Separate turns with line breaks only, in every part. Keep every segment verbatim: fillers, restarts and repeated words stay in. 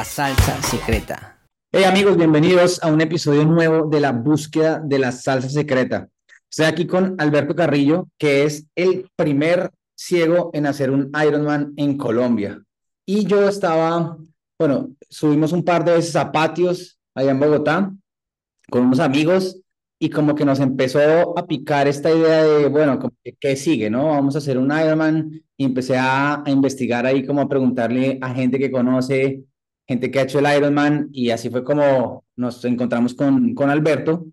salsa secreta.
Hey amigos, bienvenidos a un episodio nuevo de la búsqueda de la salsa secreta. Estoy aquí con Alberto Carrillo, que es el primer ciego en hacer un Ironman en Colombia. Y yo estaba, bueno, subimos un par de veces a patios allá en Bogotá con unos amigos y como que nos empezó a picar esta idea de, bueno, como que, ¿qué sigue, no? Vamos a hacer un Ironman y empecé a, a investigar ahí, como a preguntarle a gente que conoce, gente que ha hecho el Ironman y así fue como nos encontramos con, con Alberto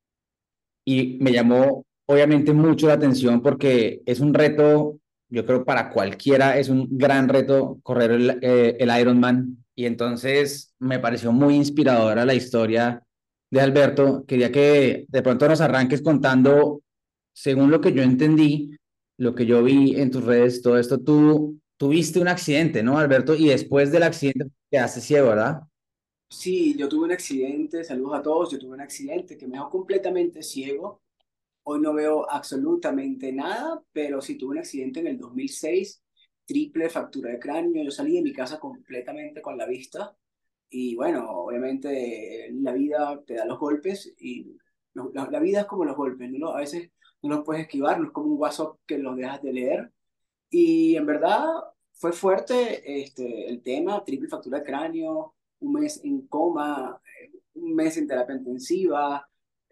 y me llamó obviamente mucho la atención porque es un reto, yo creo para cualquiera es un gran reto correr el, eh, el Ironman y entonces me pareció muy inspiradora la historia de Alberto. Quería que de pronto nos arranques contando, según lo que yo entendí, lo que yo vi en tus redes, todo esto, tú tuviste un accidente, ¿no, Alberto? Y después del accidente quedaste ciego, ¿verdad?
Sí, yo tuve un accidente, saludos a todos, yo tuve un accidente que me dejó completamente ciego. Hoy no veo absolutamente nada, pero sí tuve un accidente en el dos mil seis, triple fractura de cráneo. Yo salí de mi casa completamente con la vista y bueno, obviamente la vida te da los golpes y lo- la, la vida es como los golpes, ¿no? A veces no los puedes esquivar, no es como un WhatsApp que los dejas de leer. Y en verdad fue fuerte este, el tema, triple fractura de cráneo, un mes en coma, eh, un mes en terapia intensiva,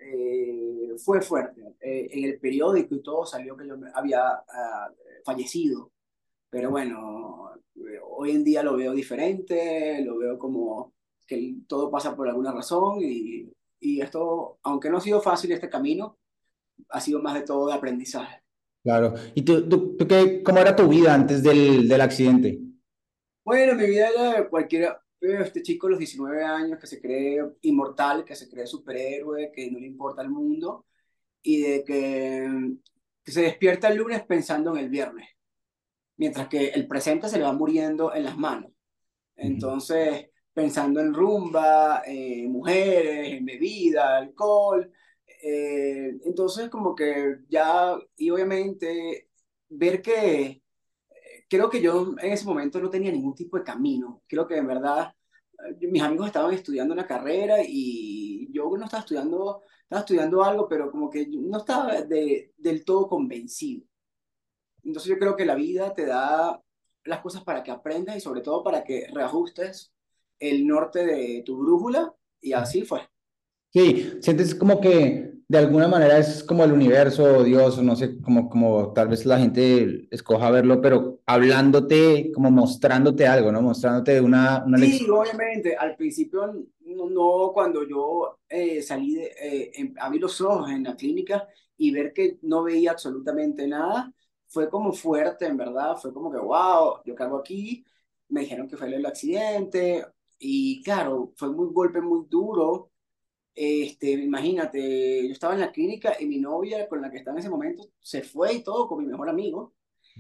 eh, fue fuerte. Eh, en el periódico y todo salió que yo me- había ah, fallecido, pero bueno, eh, hoy en día lo veo diferente, lo veo como que todo pasa por alguna razón y, y esto, aunque no ha sido fácil este camino, ha sido más de todo de aprendizaje.
Claro. ¿Y tú, tú, tú qué, cómo era tu vida antes del, del accidente?
Bueno, mi vida era de cualquiera, eh, este chico de los diecinueve años que se cree inmortal, que se cree superhéroe, que no le importa el mundo y de que, que se despierta el lunes pensando en el viernes, mientras que el presente se le va muriendo en las manos.
Ujú.
Entonces, pensando en rumba, en mujeres, en bebida, alcohol, eh, entonces como que ya, y obviamente ver que creo que yo en ese momento no tenía ningún tipo de camino. Creo que en verdad eh, mis amigos estaban estudiando una carrera y yo no estaba estudiando, estaba estudiando algo, pero como que yo no estaba de, del todo convencido. Entonces yo creo que la vida te da las cosas para que aprendas y sobre todo para que reajustes el norte de tu brújula y así fue.
Sí, sientes como que de alguna manera es como el universo o Dios, o no sé, como, como tal vez la gente escoja verlo, pero hablándote, como mostrándote algo, ¿no? Mostrándote una, una lección.
Sí, obviamente, al principio no, no, cuando yo eh, salí de, eh, em- abrí los ojos en la clínica y ver que no veía absolutamente nada, fue como fuerte, en verdad, fue como que, wow, yo cargo aquí, me dijeron que fue el accidente y claro, fue un golpe muy duro, este, imagínate, yo estaba en la clínica y mi novia con la que estaba en ese momento se fue y todo con mi mejor amigo,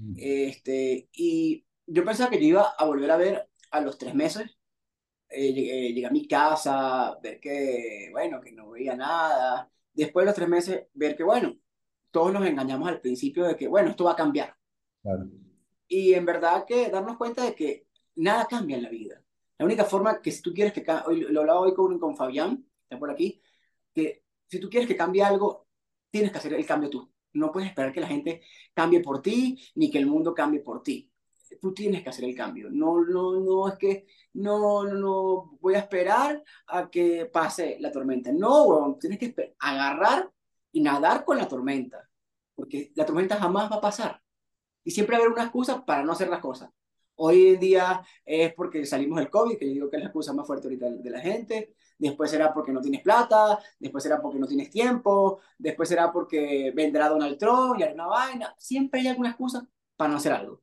este, y yo pensaba que yo iba a volver a ver a los tres meses eh, llegué, llegué a mi casa, ver que, bueno, que no veía nada. Después de los tres meses, ver que, bueno, todos nos engañamos al principio de que, bueno, esto va a cambiar.
Claro.
Y en verdad que darnos cuenta de que nada cambia en la vida. La única forma que si tú quieres que, ca- hoy lo hablaba hoy con, con Fabián, está por aquí, que si tú quieres que cambie algo, tienes que hacer el cambio tú. No puedes esperar que la gente cambie por ti, ni que el mundo cambie por ti. Tú tienes que hacer el cambio. No, no, no es que no, no, no voy a esperar a que pase la tormenta. No, huevón, tienes que esper- agarrar y nadar con la tormenta, porque la tormenta jamás va a pasar. Y siempre va a haber una excusa para no hacer las cosas. Hoy en día es porque salimos del COVID, que yo digo que es la excusa más fuerte ahorita de la gente. Después será porque no tienes plata, después será porque no tienes tiempo, después será porque vendrá Donald Trump y hará una vaina. Siempre hay alguna excusa para no hacer algo.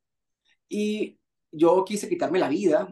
Y yo quise quitarme la vida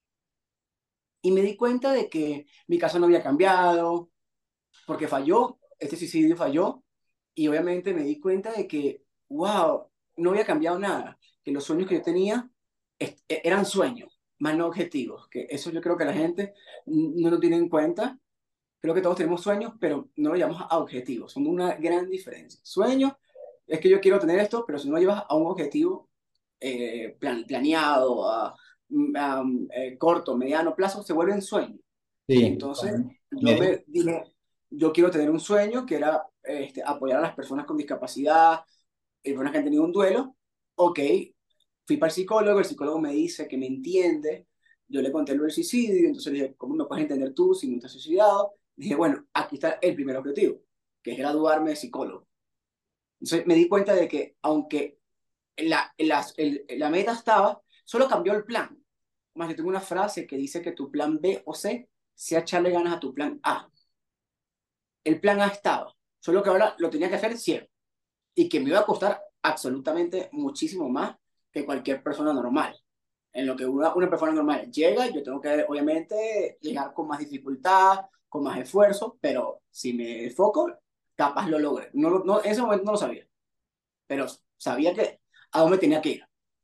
y me di cuenta de que mi caso no había cambiado, porque falló, este suicidio falló, y obviamente me di cuenta de que, wow, no había cambiado nada, que los sueños que yo tenía est- e- eran sueños, más no objetivos, que eso yo creo que la gente n- no lo tiene en cuenta. Creo que todos tenemos sueños, pero no lo llamamos a objetivos, son una gran diferencia. Sueños es que yo quiero tener esto, pero si no lo llevas a un objetivo eh, plan- planeado, a, mm, am, eh, corto, mediano plazo, se vuelven sueños.
Sí.
Entonces, yo
Medio.
me dije, yo quiero tener un sueño que era este, apoyar a las personas con discapacidad, y personas que han tenido un duelo. Ok, fui para el psicólogo, el psicólogo me dice que me entiende, yo le conté lo del suicidio, entonces le dije, ¿cómo me puedes entender tú si no te has suicidado? Dije, bueno, aquí está el primer objetivo, que es graduarme de psicólogo. Entonces me di cuenta de que aunque la, la, el, la meta estaba, solo cambió el plan. Más, yo tengo una frase que dice que tu plan B o C sea echarle ganas a tu plan A. El plan A estaba, solo que ahora lo tenía que hacer ciego y que me iba a costar absolutamente muchísimo más que cualquier persona normal. En lo que una, una persona normal llega, yo tengo que obviamente llegar con más dificultad, con más esfuerzo, pero si me enfoco, capaz lo logre. No, lo- no, en ese momento no lo sabía, pero sabía que a dónde tenía que ir.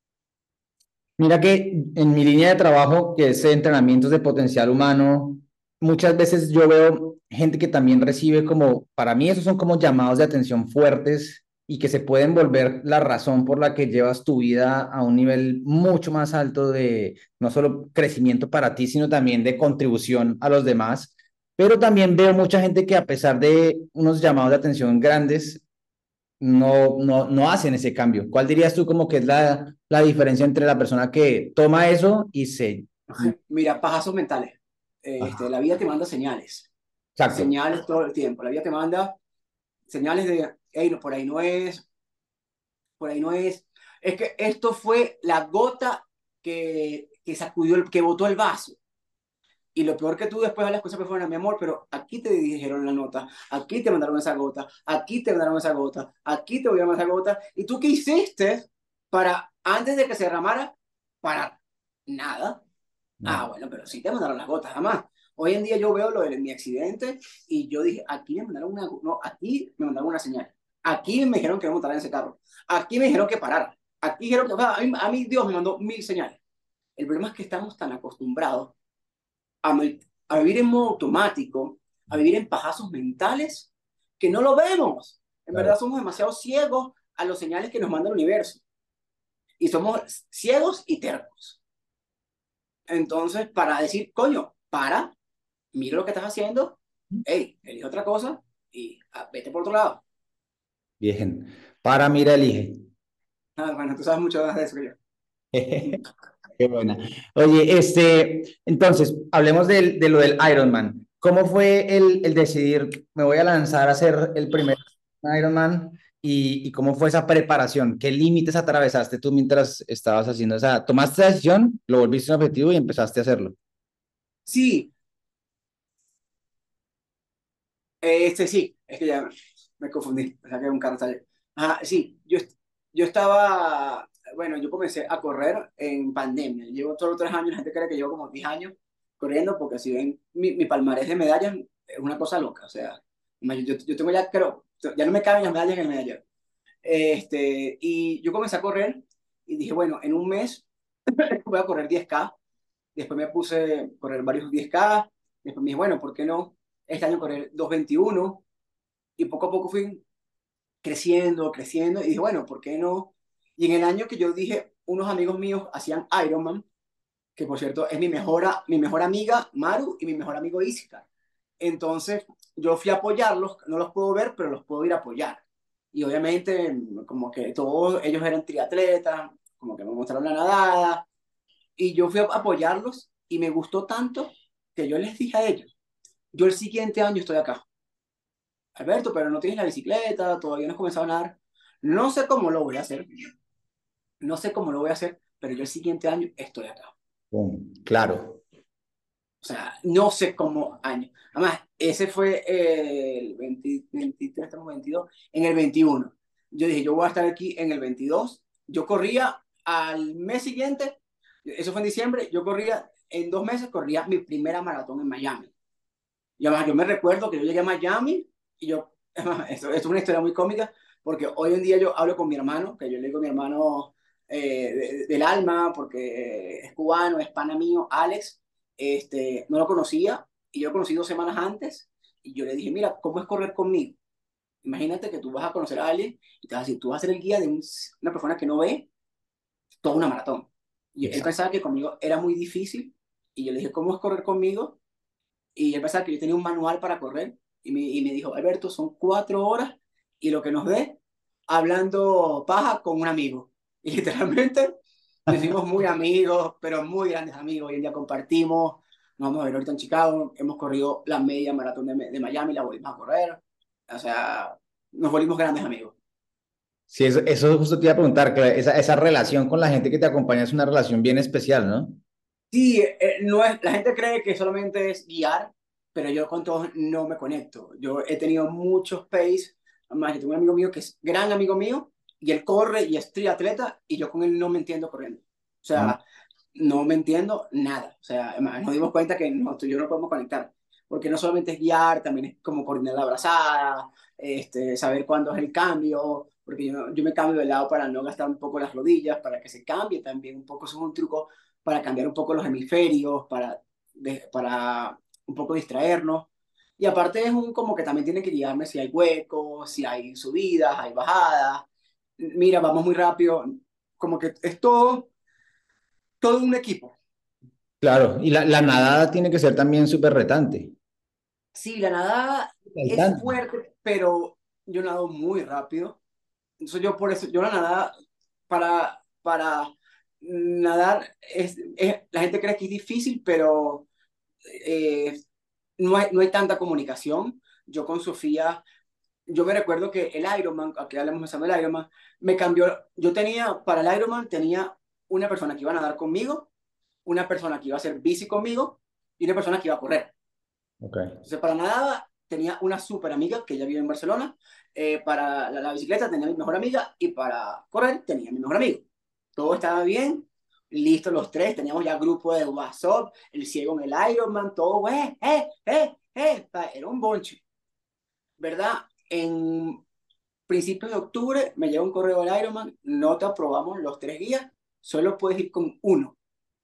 Mira que en mi línea de trabajo, que es entrenamientos de potencial humano, muchas veces yo veo gente que también recibe como, para mí esos son como llamados de atención fuertes y que se pueden volver la razón por la que llevas tu vida a un nivel mucho más alto de no solo crecimiento para ti, sino también de contribución a los demás. Pero también veo mucha gente que a pesar de unos llamados de atención grandes, no, no, no hacen ese cambio. ¿Cuál dirías tú como que es la, la diferencia entre la persona que toma eso y se...
Mira, pajazos mentales. Este,
Ajá,
la vida te manda señales,
exacto.
señales todo el tiempo. La vida te manda señales de, hey, no, por ahí no es, por ahí no es. Es que esto fue la gota que, que sacudió, el, que botó el vaso. Y lo peor que tú después de las cosas que fueron, mi amor, pero aquí te dijeron la nota, aquí te mandaron esa gota, aquí te mandaron esa gota, aquí te dieron esa gota. ¿Y tú qué hiciste para, antes de que se derramara, para nada? Ah,
No,
bueno, pero sí te mandaron las gotas, jamás. Hoy en día yo veo lo de mi accidente y yo dije, aquí me mandaron una, no, aquí me mandaron una señal. Aquí me dijeron que no montara en ese carro. Aquí me dijeron que parara. Aquí dijeron que, o sea, a mí, a mí Dios me mandó mil señales. El problema es que estamos tan acostumbrados a, a vivir en modo automático, a vivir en pajazos mentales, que no lo vemos. En
claro.
verdad somos demasiado ciegos a los señales que nos manda el universo. Y somos ciegos y tercos. Entonces, para decir, coño, para, mira lo que estás haciendo, hey, elige otra cosa y ah, vete por otro lado.
Bien. Para, mira, elige.
Ah, bueno, tú sabes mucho más de eso que yo.
Qué buena. Oye, este, entonces, hablemos del, de lo del Ironman. ¿Cómo fue el, el decidir, me voy a lanzar a hacer el primer Ironman y, y cómo fue esa preparación? ¿Qué límites atravesaste tú mientras estabas haciendo esa? ¿Tomaste la decisión, lo volviste un objetivo y empezaste a hacerlo?
Sí, este sí, es que ya me confundí, o sea que un carro está allá. Ajá, sí, yo, est- yo estaba, bueno, yo comencé a correr en pandemia. Llevo todos los tres años, la gente cree que llevo como diez años corriendo, porque si ven mi, mi palmarés de medallas, es una cosa loca. O sea, yo, yo yo tengo ya, creo, ya no me caben las medallas en el medallero. Este, y yo comencé a correr y dije, bueno, en un mes voy a correr diez K. Después me puse a correr varios diez K. Después me dije, bueno, ¿por qué no este año correr dos veintiuno? Y poco a poco fui creciendo, creciendo. Y dije, bueno, ¿por qué no? Y en el año que yo dije, unos amigos míos hacían Ironman, que por cierto es mi mejor, a- mi mejor amiga Maru y mi mejor amigo Isika. Entonces yo fui a apoyarlos, no los puedo ver, pero los puedo ir a apoyar. Y obviamente, como que todos ellos eran triatletas, como que me mostraron la nadada, y yo fui a apoyarlos y me gustó tanto que yo les dije a ellos, yo el siguiente año estoy acá. Alberto, pero no tienes la bicicleta, todavía no has comenzado a nadar. No sé cómo lo voy a hacer, no sé cómo lo voy a hacer, pero yo el siguiente año estoy acá.
Pum, claro.
O sea, no sé cómo año. Además, ese fue el veinte, veintitrés, estamos veintidós, en el veintiuno. Yo dije, yo voy a estar aquí en el veintidós. Yo corría al mes siguiente, eso fue en diciembre, yo corría, en dos meses corría mi primera maratón en Miami. Y además, yo me recuerdo que yo llegué a Miami y yo, esto, esto es una historia muy cómica, porque hoy en día yo hablo con mi hermano, que yo le digo a mi hermano eh, de- del alma, porque es cubano, es pana mío, Alex, este, no lo conocía, y yo lo conocí dos semanas antes, y yo le dije, mira, ¿cómo es correr conmigo? Imagínate que tú vas a conocer a alguien y te vas a decir, tú vas a ser el guía de un- una persona que no ve toda una maratón. Y él
Exacto.
pensaba que conmigo era muy difícil. Y yo le dije, ¿cómo es correr conmigo? Y él pensaba que yo tenía un manual para correr. Y me, y me dijo, Alberto, son cuatro horas y lo que nos ve hablando paja con un amigo. Y literalmente nos hicimos muy amigos, pero muy grandes amigos. Hoy en día compartimos, nos vamos a ver ahorita en Chicago, hemos corrido la media maratón de, de Miami, la volvimos a correr. O sea, nos volvimos grandes amigos.
Sí, eso, eso justo te iba a preguntar, que esa, esa relación con la gente que te acompaña es una relación bien especial, ¿no?
Sí, eh, no es, la gente cree que solamente es guiar, pero yo con todos no me conecto. Yo he tenido muchos pace, más que tengo un amigo mío que es gran amigo mío, y él corre y es triatleta, y yo con él no me entiendo corriendo. O
Mm.
sea, no me entiendo nada. O sea, además, nos dimos cuenta que no, tú y yo no podemos conectar, porque no solamente es guiar, también es como coordinar la abrazada, este, saber cuándo es el cambio, porque yo, yo me cambio de lado para no gastar un poco las rodillas, para que se cambie también un poco. Eso es un truco para cambiar un poco los hemisferios, para, de, para un poco distraernos. Y aparte es un como que también tiene que guiarme si hay huecos, si hay subidas, hay bajadas. Mira, vamos muy rápido. Como que es todo, todo un equipo.
Claro, y la, la nadada tiene que ser también súper retante.
Sí, la nadada es
Saltando.
fuerte, pero yo nado muy rápido. Entonces yo por eso, yo la nadada, para, para nadar, es, es- la gente cree que es difícil, pero eh, no hay, no hay tanta comunicación. Yo con Sofía, yo me recuerdo que el Ironman, aquí hablamos empezando el Ironman, me cambió. Yo tenía, para el Ironman, tenía una persona que iba a nadar conmigo, una persona que iba a hacer bici conmigo y una persona que iba a correr.
Ok.
Entonces, para nadar tenía una súper amiga que ella vive en Barcelona. Eh, para la, la bicicleta tenía mi mejor amiga y para correr tenía mi mejor amigo. Todo estaba bien, listos los tres, teníamos ya grupo de WhatsApp, el ciego en el Ironman, todo, eh, eh, eh, eh, era un bonche, ¿verdad? En principios de octubre me llega un correo del Ironman, no te aprobamos los tres guías, solo puedes ir con uno.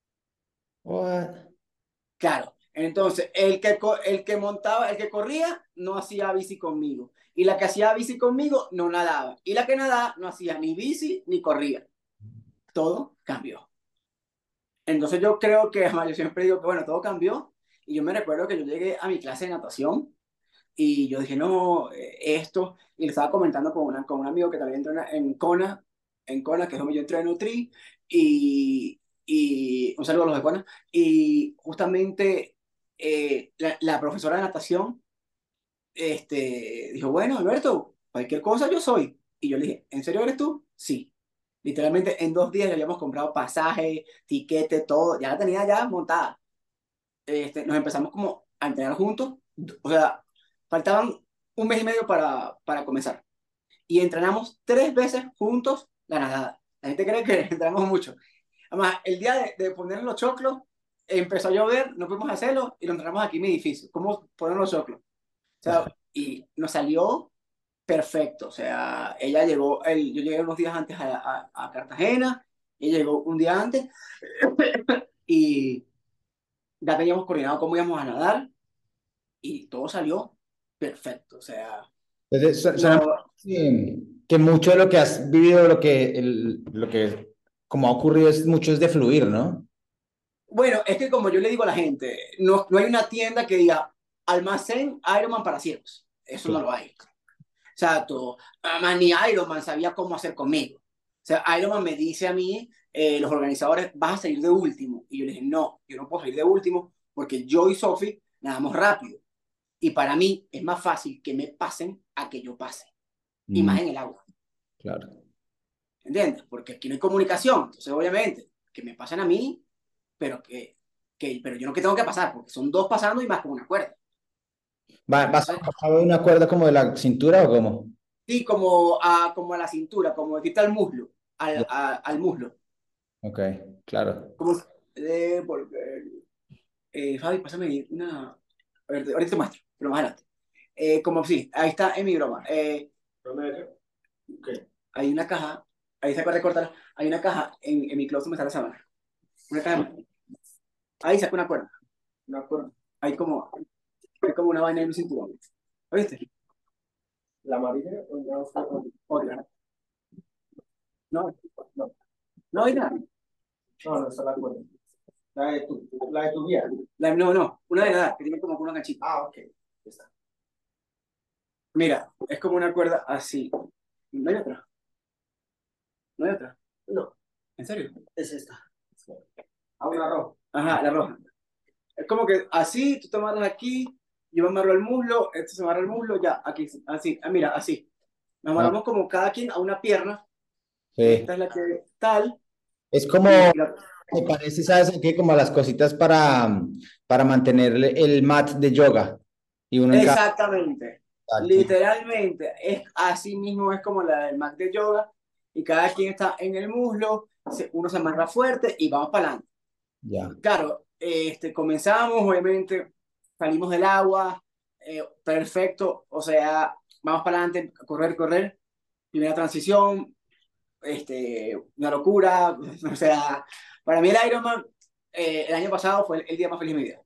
What?
Claro, entonces el que, el que montaba, el que corría, no hacía bici conmigo. Y la que hacía bici conmigo, no nadaba. Y la que nadaba, no hacía ni bici ni corría. Todo cambió. Entonces yo creo que, además, yo siempre digo que, bueno, todo cambió. Y yo me recuerdo que yo llegué a mi clase de natación y yo dije, no, eh, esto, y le estaba comentando con, una, con un amigo que también entrena en Kona, en Kona, que es donde yo entreno Tri, y, y un saludo a los de Kona, y justamente eh, la, la profesora de natación este, dijo, bueno, Alberto, cualquier cosa yo soy. Y yo le dije, ¿en serio eres tú? Sí. Literalmente en dos días le habíamos comprado pasaje, tiquete, todo, ya la tenía ya montada. Este, nos empezamos como a entrenar juntos, o sea, faltaban un mes y medio para, para comenzar. Y entrenamos tres veces juntos la nadada. La gente cree que entrenamos mucho. Además, el día de, de poner los choclos, empezó a llover, no pudimos hacerlo y lo entrenamos aquí en mi edificio. ¿Cómo poner los choclos? O sea, y nos salió perfecto. O sea, ella llegó, el, yo llegué unos días antes a, a, a Cartagena, ella llegó un día antes y ya teníamos coordinado cómo íbamos a nadar y todo salió perfecto. O sea,
Entonces, su- suena
no,
que, que mucho de lo que has vivido, lo que, el- lo que como ha ocurrido es mucho es de fluir, ¿no?
bueno, es que como yo le digo a la gente, no, no hay una tienda que diga almacén Ironman para ciegos. Eso no
Claro.
lo hay. O sea, todo, además, ni Ironman sabía cómo hacer conmigo. O sea, Ironman me dice a mí, eh, los organizadores, vas a salir de último. Y yo le dije, no, yo no puedo salir de último porque yo y Sophie nadamos rápido. Y para mí es más fácil que me pasen a que yo pase. Y
Mm,
más en el agua.
claro.
¿Entiendes? Porque aquí no hay comunicación. Entonces, obviamente, que me pasen a mí, pero que, que pero yo no que tengo que pasar, porque son dos pasando y más con una cuerda.
Va- ¿Vas
Entonces,
a de una cuerda como de la cintura o cómo?
sí, como a, como a la cintura, como decirte al muslo, al,
Ya.
a, al muslo.
Ok, claro.
Como, eh, porque, eh, Fabi, pásame una. A ver, ahorita te muestro, pero más adelante. Eh, como sí, ahí está en mi broma. Eh, okay. Hay una caja, ahí se acuerda de cortar, hay una caja en, en mi closet, me sale esa mano. Una caja, ahí saco una cuerda. Una cuerda. Hay como, hay como una vaina en mi cinturón. ¿Oíste? ¿La amarilla o la otra? No, no, no hay nada. No, no, esa la cuerda. La de tu, la de tu guía. La, no, no, una de nada, que tiene como una ganchita. Ah, ok. Ya está. Mira, es como una cuerda así. ¿No hay otra? ¿No hay otra? No. ¿En serio? Es esta. Ah, una roja. Ajá, la roja. Es como que así, tú te amarras aquí, yo me amarro el muslo, esto se amarra el muslo, ya, aquí, así, ah, mira, así. Nos
Ah,
amarramos como cada quien a una pierna,
sí.
esta es la que tal,
Es como,
y, y la-
me parece, ¿sabes en qué? Como las cositas para, para mantener el mat de yoga. Y uno en cada...
exactamente,
Exacto.
literalmente, es así mismo es como la del mat de yoga, y cada quien está en el muslo, se- uno se amarra fuerte y vamos para adelante.
Ya.
Claro, este, comenzamos, obviamente, salimos del agua, eh, perfecto, o sea, vamos para adelante, correr, correr, primera transición, este, una locura, o sea, para mí el Ironman, eh, el año pasado fue el, el día más feliz de mi vida.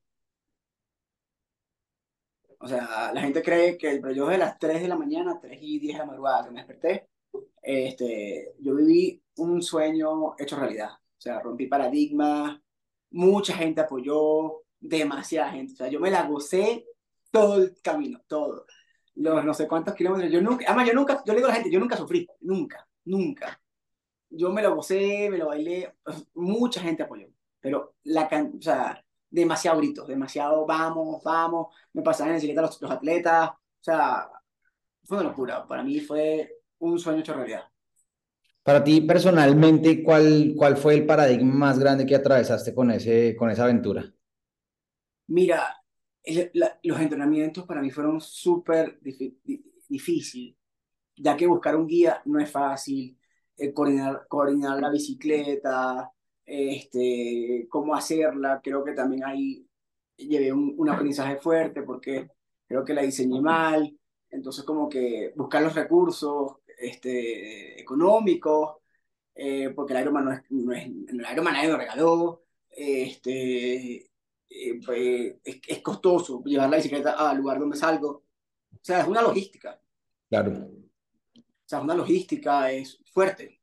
O sea, la gente cree que, pero yo desde las tres de la mañana, tres y diez de la madrugada que me desperté, este, yo viví un sueño hecho realidad. O sea, rompí paradigmas, mucha gente apoyó, demasiada gente. O sea, yo me la gocé todo el camino, todo. Los no sé cuántos kilómetros. Yo nunca, además, yo nunca, yo le digo a la gente, yo nunca sufrí, nunca, nunca. Yo me lo gocé, me lo bailé, pues, mucha gente apoyó. Pero, la, can- o sea, demasiado gritos, demasiado vamos, vamos. Me pasaban en bicicleta los, los atletas. O sea, fue una locura. Para mí fue un sueño hecho realidad.
Para ti personalmente, ¿cuál, cuál fue el paradigma más grande que atravesaste con ese, con esa aventura?
Mira, el- la- los entrenamientos para mí fueron súper difi- di- difícil, ya que buscar un guía no es fácil, eh, coordinar, coordinar la bicicleta, este, cómo hacerla, creo que también ahí llevé un, un aprendizaje fuerte porque creo que la diseñé mal, entonces como que buscar los recursos este, económicos, eh, porque el Ironman no es, no es, el Ironman nadie lo regaló, este, eh, pues, es, es costoso llevar la bicicleta al lugar donde salgo, o sea, es una logística,
Claro.
o sea, es una logística, es fuerte,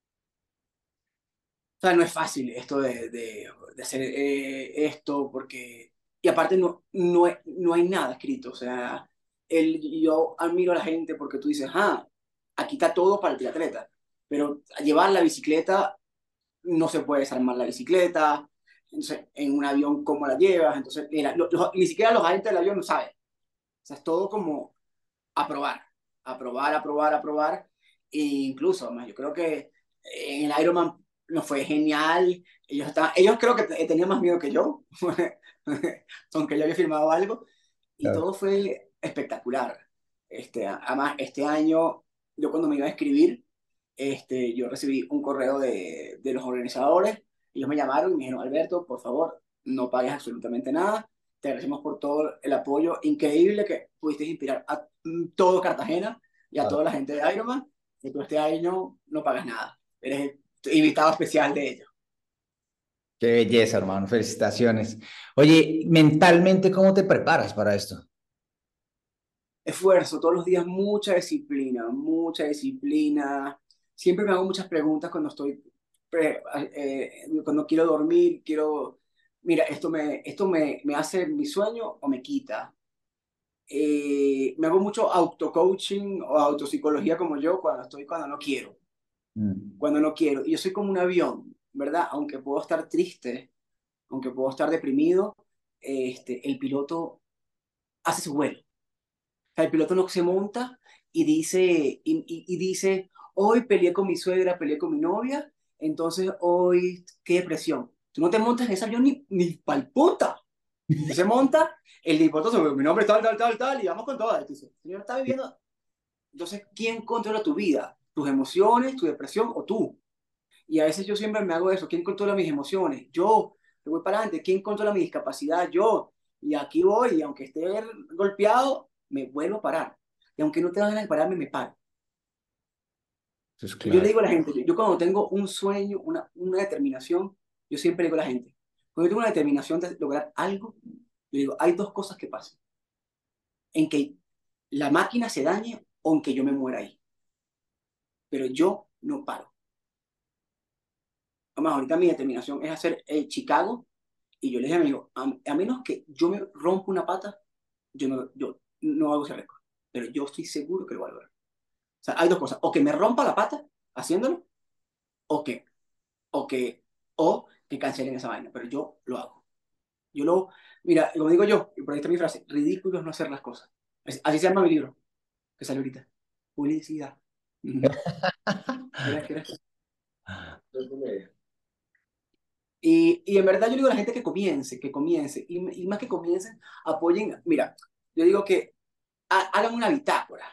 o sea, no es fácil esto de, de, de hacer eh, esto, porque, y aparte no, no, hay- no hay nada escrito, o sea, el, yo admiro a la gente porque tú dices, ah, aquí está todo para el triatleta, pero llevar la bicicleta no se puede desarmar la bicicleta, entonces en un avión cómo la llevas, entonces mira, lo- lo- ni siquiera los agentes del avión lo saben, o sea, es todo como aprobar, aprobar, aprobar, aprobar, e incluso, más, yo creo que en el Ironman nos fue genial, ellos, estaban, ellos creo que te- tenían más miedo que yo, aunque yo había firmado algo, y
Claro.
todo fue espectacular. Este, además, este año, yo cuando me iba a escribir, este, yo recibí un correo de, de los organizadores, ellos me llamaron y me dijeron, Alberto, por favor, no pagues absolutamente nada, te agradecemos por todo el apoyo increíble que pudiste inspirar a mm, todo Cartagena y a
Claro.
toda la gente de Ironman, y tú este año no pagas nada, eres el invitado especial de ellos.
Qué belleza, hermano. Felicitaciones. Oye, mentalmente, ¿cómo te preparas para esto?
Esfuerzo, todos los días mucha disciplina, mucha disciplina. Siempre me hago muchas preguntas cuando estoy, eh, eh, cuando quiero dormir, quiero, mira, esto me, esto me, me hace mi sueño o me quita. Eh, me hago mucho auto-coaching o autopsicología como yo cuando estoy, cuando no quiero,
Mm.
cuando no quiero. Y yo soy como un avión, ¿verdad? Aunque puedo estar triste, aunque puedo estar deprimido, este, el piloto hace su vuelo. Sea, el piloto no se monta y dice, y, y- y dice, hoy peleé con mi suegra, peleé con mi novia, entonces hoy, qué depresión. Tú no te montas en ese avión ni, ni pa'l puta. Usted se monta, el piloto se mi nombre es tal, tal, tal, tal, y vamos con todas. Y tú dices, señor, está viviendo. Entonces, ¿quién controla tu vida? ¿Tus emociones, tu depresión o tú? Y a veces yo siempre me hago eso. ¿Quién controla mis emociones? Yo. Yo voy para adelante. ¿Quién controla mi discapacidad? Yo. Y aquí voy, y aunque esté golpeado, me vuelvo a parar. Y aunque no tenga ganas de pararme, me paro.
Eso es
Yo le
clave.
digo a la gente, yo, yo cuando tengo un sueño, una, una determinación, yo siempre le digo a la gente, cuando yo tengo una determinación de lograr algo, yo digo, hay dos cosas que pasan. En que la máquina se dañe o en que yo me muera ahí. Pero yo no paro. Además, ahorita mi determinación es hacer el Chicago, y yo le dije a mi amigo, a, a menos que yo me rompa una pata, yo no, yo no hago ese récord, pero yo estoy seguro que lo voy a lograr. O sea, hay dos cosas, o que me rompa la pata haciéndolo, o que, o que, o que cancelen esa vaina, pero yo lo hago. Yo lo, mira, como digo yo, y por ahí está mi frase, ridículo es no hacer las cosas. Es- así se llama mi libro, que sale ahorita. Publicidad. Ujú. ¿Quieres, quieres? Y, y en verdad yo digo a la gente que comience, que comience, y, y más que comiencen, apoyen, mira, yo digo que ha- hagan una bitácora.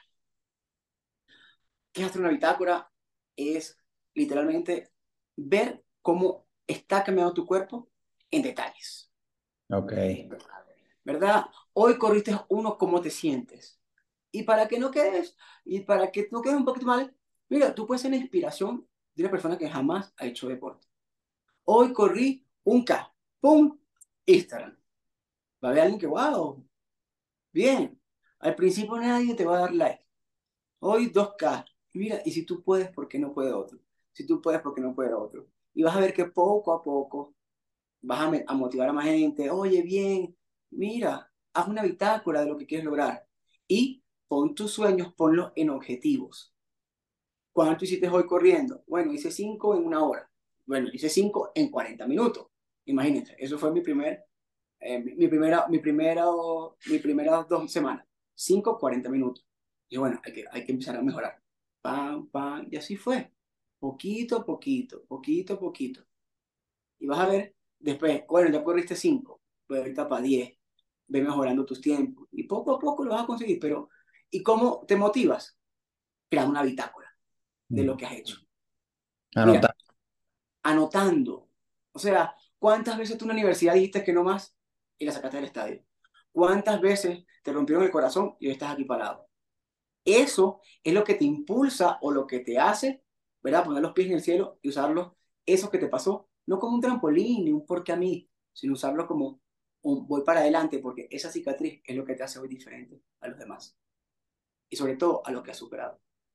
¿Qué es hacer una bitácora? Es literalmente ver cómo está cambiando tu cuerpo en detalles,
Ok.
¿verdad? Hoy corriste uno, ¿cómo te sientes? Y para que no quedes, y para que no quedes un poquito mal, mira, tú puedes ser la inspiración de una persona que jamás ha hecho deporte. Hoy corrí un K, ¡pum! Instagram. Va a haber alguien que, wow, bien. Al principio nadie te va a dar like. Hoy dos K. Mira, y si tú puedes, ¿por qué no puede otro? Si tú puedes, ¿por qué no puede otro? Y vas a ver que poco a poco vas a, me- a motivar a más gente. Oye, bien, mira, haz una bitácora de lo que quieres lograr. Y pon tus sueños, ponlos en objetivos. ¿Cuánto hiciste hoy corriendo? Bueno, hice cinco en una hora. Bueno, hice cinco en cuarenta minutos. Imagínense, eso fue mi primer, eh, mi, mi primera, mi primera, mi primera dos semanas. Cinco, cuarenta minutos. Y bueno, hay que, hay que empezar a mejorar. Pam, pam, y así fue. Poquito a poquito, poquito a poquito. Y vas a ver, después, bueno, ya corriste cinco, pues ahorita para diez, ve mejorando tus tiempos. Y poco a poco lo vas a conseguir, pero ¿y cómo te motivas? Crear una bitácora de lo
Mm.
que has hecho. Mira,
Anotar.
anotando. O sea, ¿cuántas veces tú en la universidad dijiste que no más y la sacaste del estadio? ¿Cuántas veces te rompieron el corazón y hoy estás aquí parado? Eso es lo que te impulsa o lo que te hace, ¿verdad? Poner los pies en el cielo y usarlos, eso que te pasó, no como un trampolín ni un porque a mí, sino usarlo como un voy para adelante, porque esa cicatriz es lo que te hace hoy diferente a los demás. Y sobre todo a lo que has superado.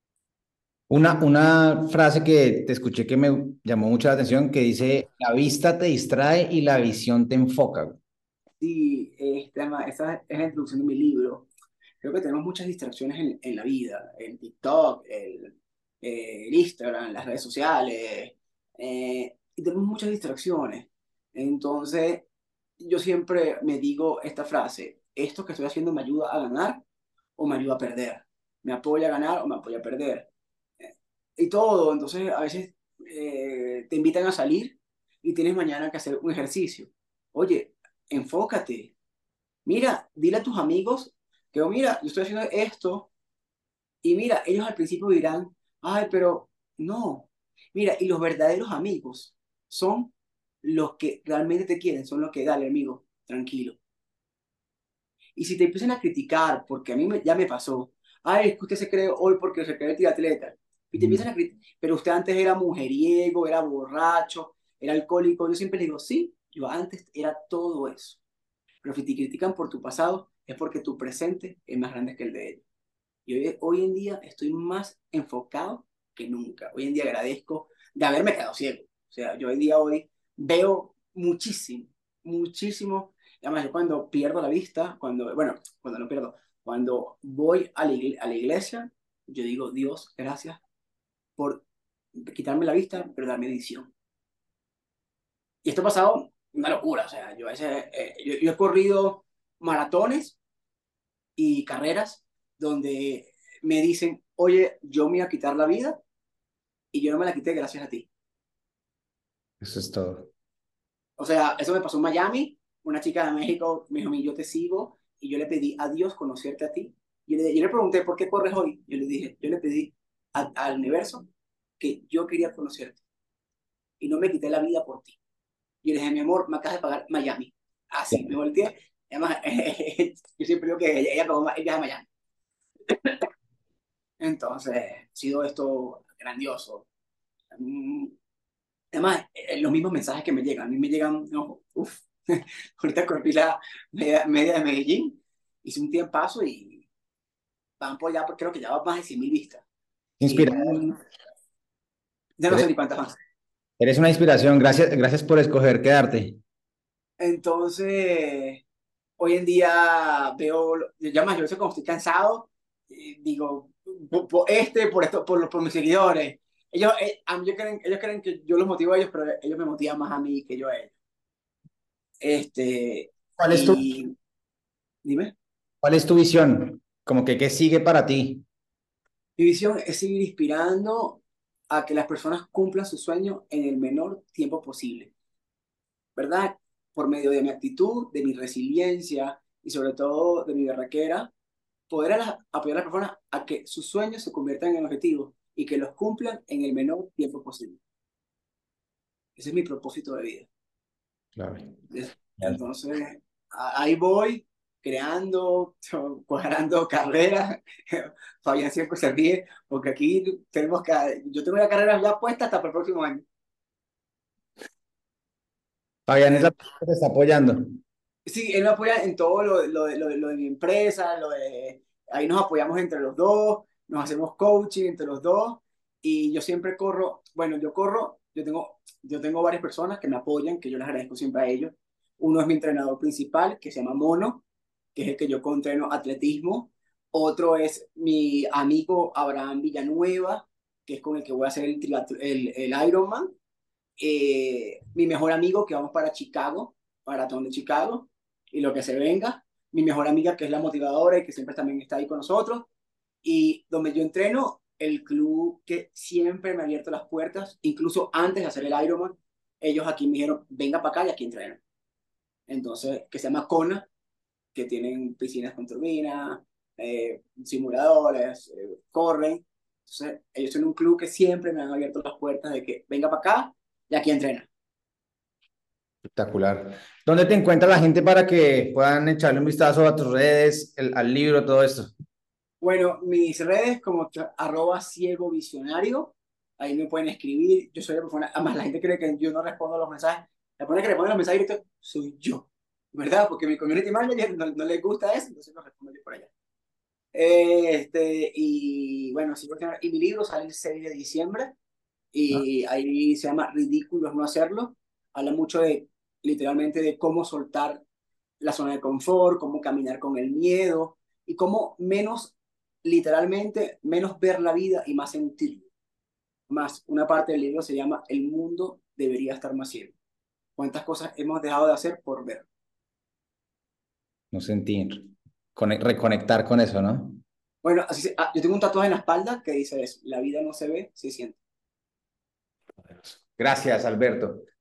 Una, una frase que te escuché que me llamó mucho la atención que dice, la vista te distrae y la visión te enfoca.
Sí, este, ama- esa es la introducción de mi libro. Creo que tenemos muchas distracciones en, en la vida, el TikTok, el, eh, el Instagram, las redes sociales, eh, y tenemos muchas distracciones. Entonces, yo siempre me digo esta frase, esto que estoy haciendo me ayuda a ganar o me ayuda a perder, me apoya a ganar o me apoya a perder. Eh, y todo, entonces a veces eh, te invitan a salir y tienes mañana que hacer un ejercicio. Oye, enfócate. Mira, dile a tus amigos que, oh, mira, yo estoy haciendo esto y mira, ellos al principio dirán, ay, pero no. Mira, y los verdaderos amigos son los que realmente te quieren, son los que, dale, amigo, tranquilo. Y si te empiezan a criticar, porque a mí me- ya me pasó, ay, es que usted se cree hoy porque se cree triatleta, y te empiezan
Mm.
a criticar, pero usted antes era mujeriego, era borracho, era alcohólico, yo siempre le digo, sí, yo antes era todo eso. Pero si te critican por tu pasado, es porque tu presente es más grande que el de ellos. Y hoy, hoy en día estoy más enfocado que nunca. Hoy en día agradezco de haberme quedado ciego. O sea, yo hoy día hoy veo muchísimo, muchísimo. Y además, yo cuando pierdo la vista, cuando, bueno, cuando no pierdo, cuando voy a la, igle- a la iglesia, yo digo, Dios, gracias por quitarme la vista, pero darme visión. Y esto ha pasado una locura. O sea, yo, a veces, eh, yo, yo he corrido maratones y carreras donde me dicen, oye, yo me iba a quitar la vida y yo no me la quité gracias a ti.
Eso es todo.
O sea, eso me pasó en Miami, una chica de México me dijo, yo te sigo y yo le pedí a Dios conocerte a ti. Yo le, yo le pregunté, ¿por qué corres hoy? Yo le dije, yo le pedí a- al universo que yo quería conocerte y no me quité la vida por ti. Y le dije, mi amor, me acabas de pagar Miami. Así, me volteé. Además, yo siempre digo que ella, ella pagó el viaje a Miami. Entonces, ha sido esto grandioso. Mm, Además, eh, los mismos mensajes que me llegan, a mí me llegan, no, uff, ahorita corrí la media, media de Medellín, hice un tiempazo y van por allá, porque creo que ya va más de cien mil vistas. Y
Inspirador.
mm, ya no sé
Eres,
ni cuántas más.
Eres una inspiración. Gracias, gracias por escoger quedarte.
Entonces, hoy en día veo, lo- ya más, yo a veces cuando estoy cansado, eh, digo, por, por este, por esto, por, los- por mis seguidores. Ellos, eh, a mí- ellos creen, ellos creen que yo los motivo a ellos, pero ellos me motivan más a mí que yo a ellos. Este,
¿Cuál es tu,
y dime,
cuál es tu visión? Como que, ¿qué sigue para ti?
mi visión es seguir inspirando a que las personas cumplan sus sueños en el menor tiempo posible, ¿verdad? Por medio de mi actitud, de mi resiliencia y sobre todo de mi berraquera, poder a las- apoyar a las personas a que sus sueños se conviertan en objetivos y que los cumplan en el menor tiempo posible. Ese es mi propósito de vida.
Claro.
Es-
Genial.
Entonces, a- ahí voy creando, cuadrando carreras. Fabián siempre se ríe porque aquí tenemos que, yo tengo la carrera ya puesta hasta para el próximo año.
Fabián es la
Eh,
persona que te está apoyando.
sí, él me apoya en todo lo, lo, de- lo, de lo de mi empresa, lo de, ahí nos apoyamos entre los dos, nos hacemos coaching entre los dos y yo siempre corro, bueno, yo corro, yo tengo, yo tengo varias personas que me apoyan, que yo les agradezco siempre a ellos. Uno es mi entrenador principal, que se llama Mono, que es el que yo entreno atletismo. Otro es mi amigo Abraham Villanueva, que es con el que voy a hacer el, triatl- el, el Ironman. Eh, mi mejor amigo, que vamos para Chicago, Maratón de Chicago, y lo que se venga. Mi mejor amiga, que es la motivadora y que siempre también está ahí con nosotros. Y donde yo entreno, el club que siempre me ha abierto las puertas, incluso antes de hacer el Ironman, ellos aquí me dijeron, venga para acá y aquí entreno. Entonces, que se llama Kona, que tienen piscinas con turbina, eh, simuladores, eh, corren. Entonces, ellos son un club que siempre me han abierto las puertas de que venga para acá y aquí entrena.
Espectacular. ¿Dónde te encuentra la gente para que puedan echarle un vistazo a tus redes, el- al libro, todo esto?
Bueno, mis redes como tra- arroba ciego visionario, ahí me pueden escribir. Yo soy la persona, además la gente cree que yo no respondo a los mensajes. La persona que responde los mensajes directos soy yo, ¿verdad? Porque mi community manager no, no les gusta eso, entonces lo respondo yo por allá. Este, y bueno, sí, y mi libro sale el seis de diciembre
Ah,
y ahí se llama Ridículos no hacerlo. Habla mucho de, literalmente, de cómo soltar la zona de confort, cómo caminar con el miedo y cómo menos, literalmente, menos ver la vida y más sentirlo. Más, una parte del libro se llama El mundo debería estar más ciego. ¿Cuántas cosas hemos dejado de hacer por ver?
no sentir, cone- reconectar con eso, ¿no?
Bueno, así se- ah, yo tengo un tatuaje en la espalda que dice eso, la vida no se ve, se siente.
Gracias, Alberto.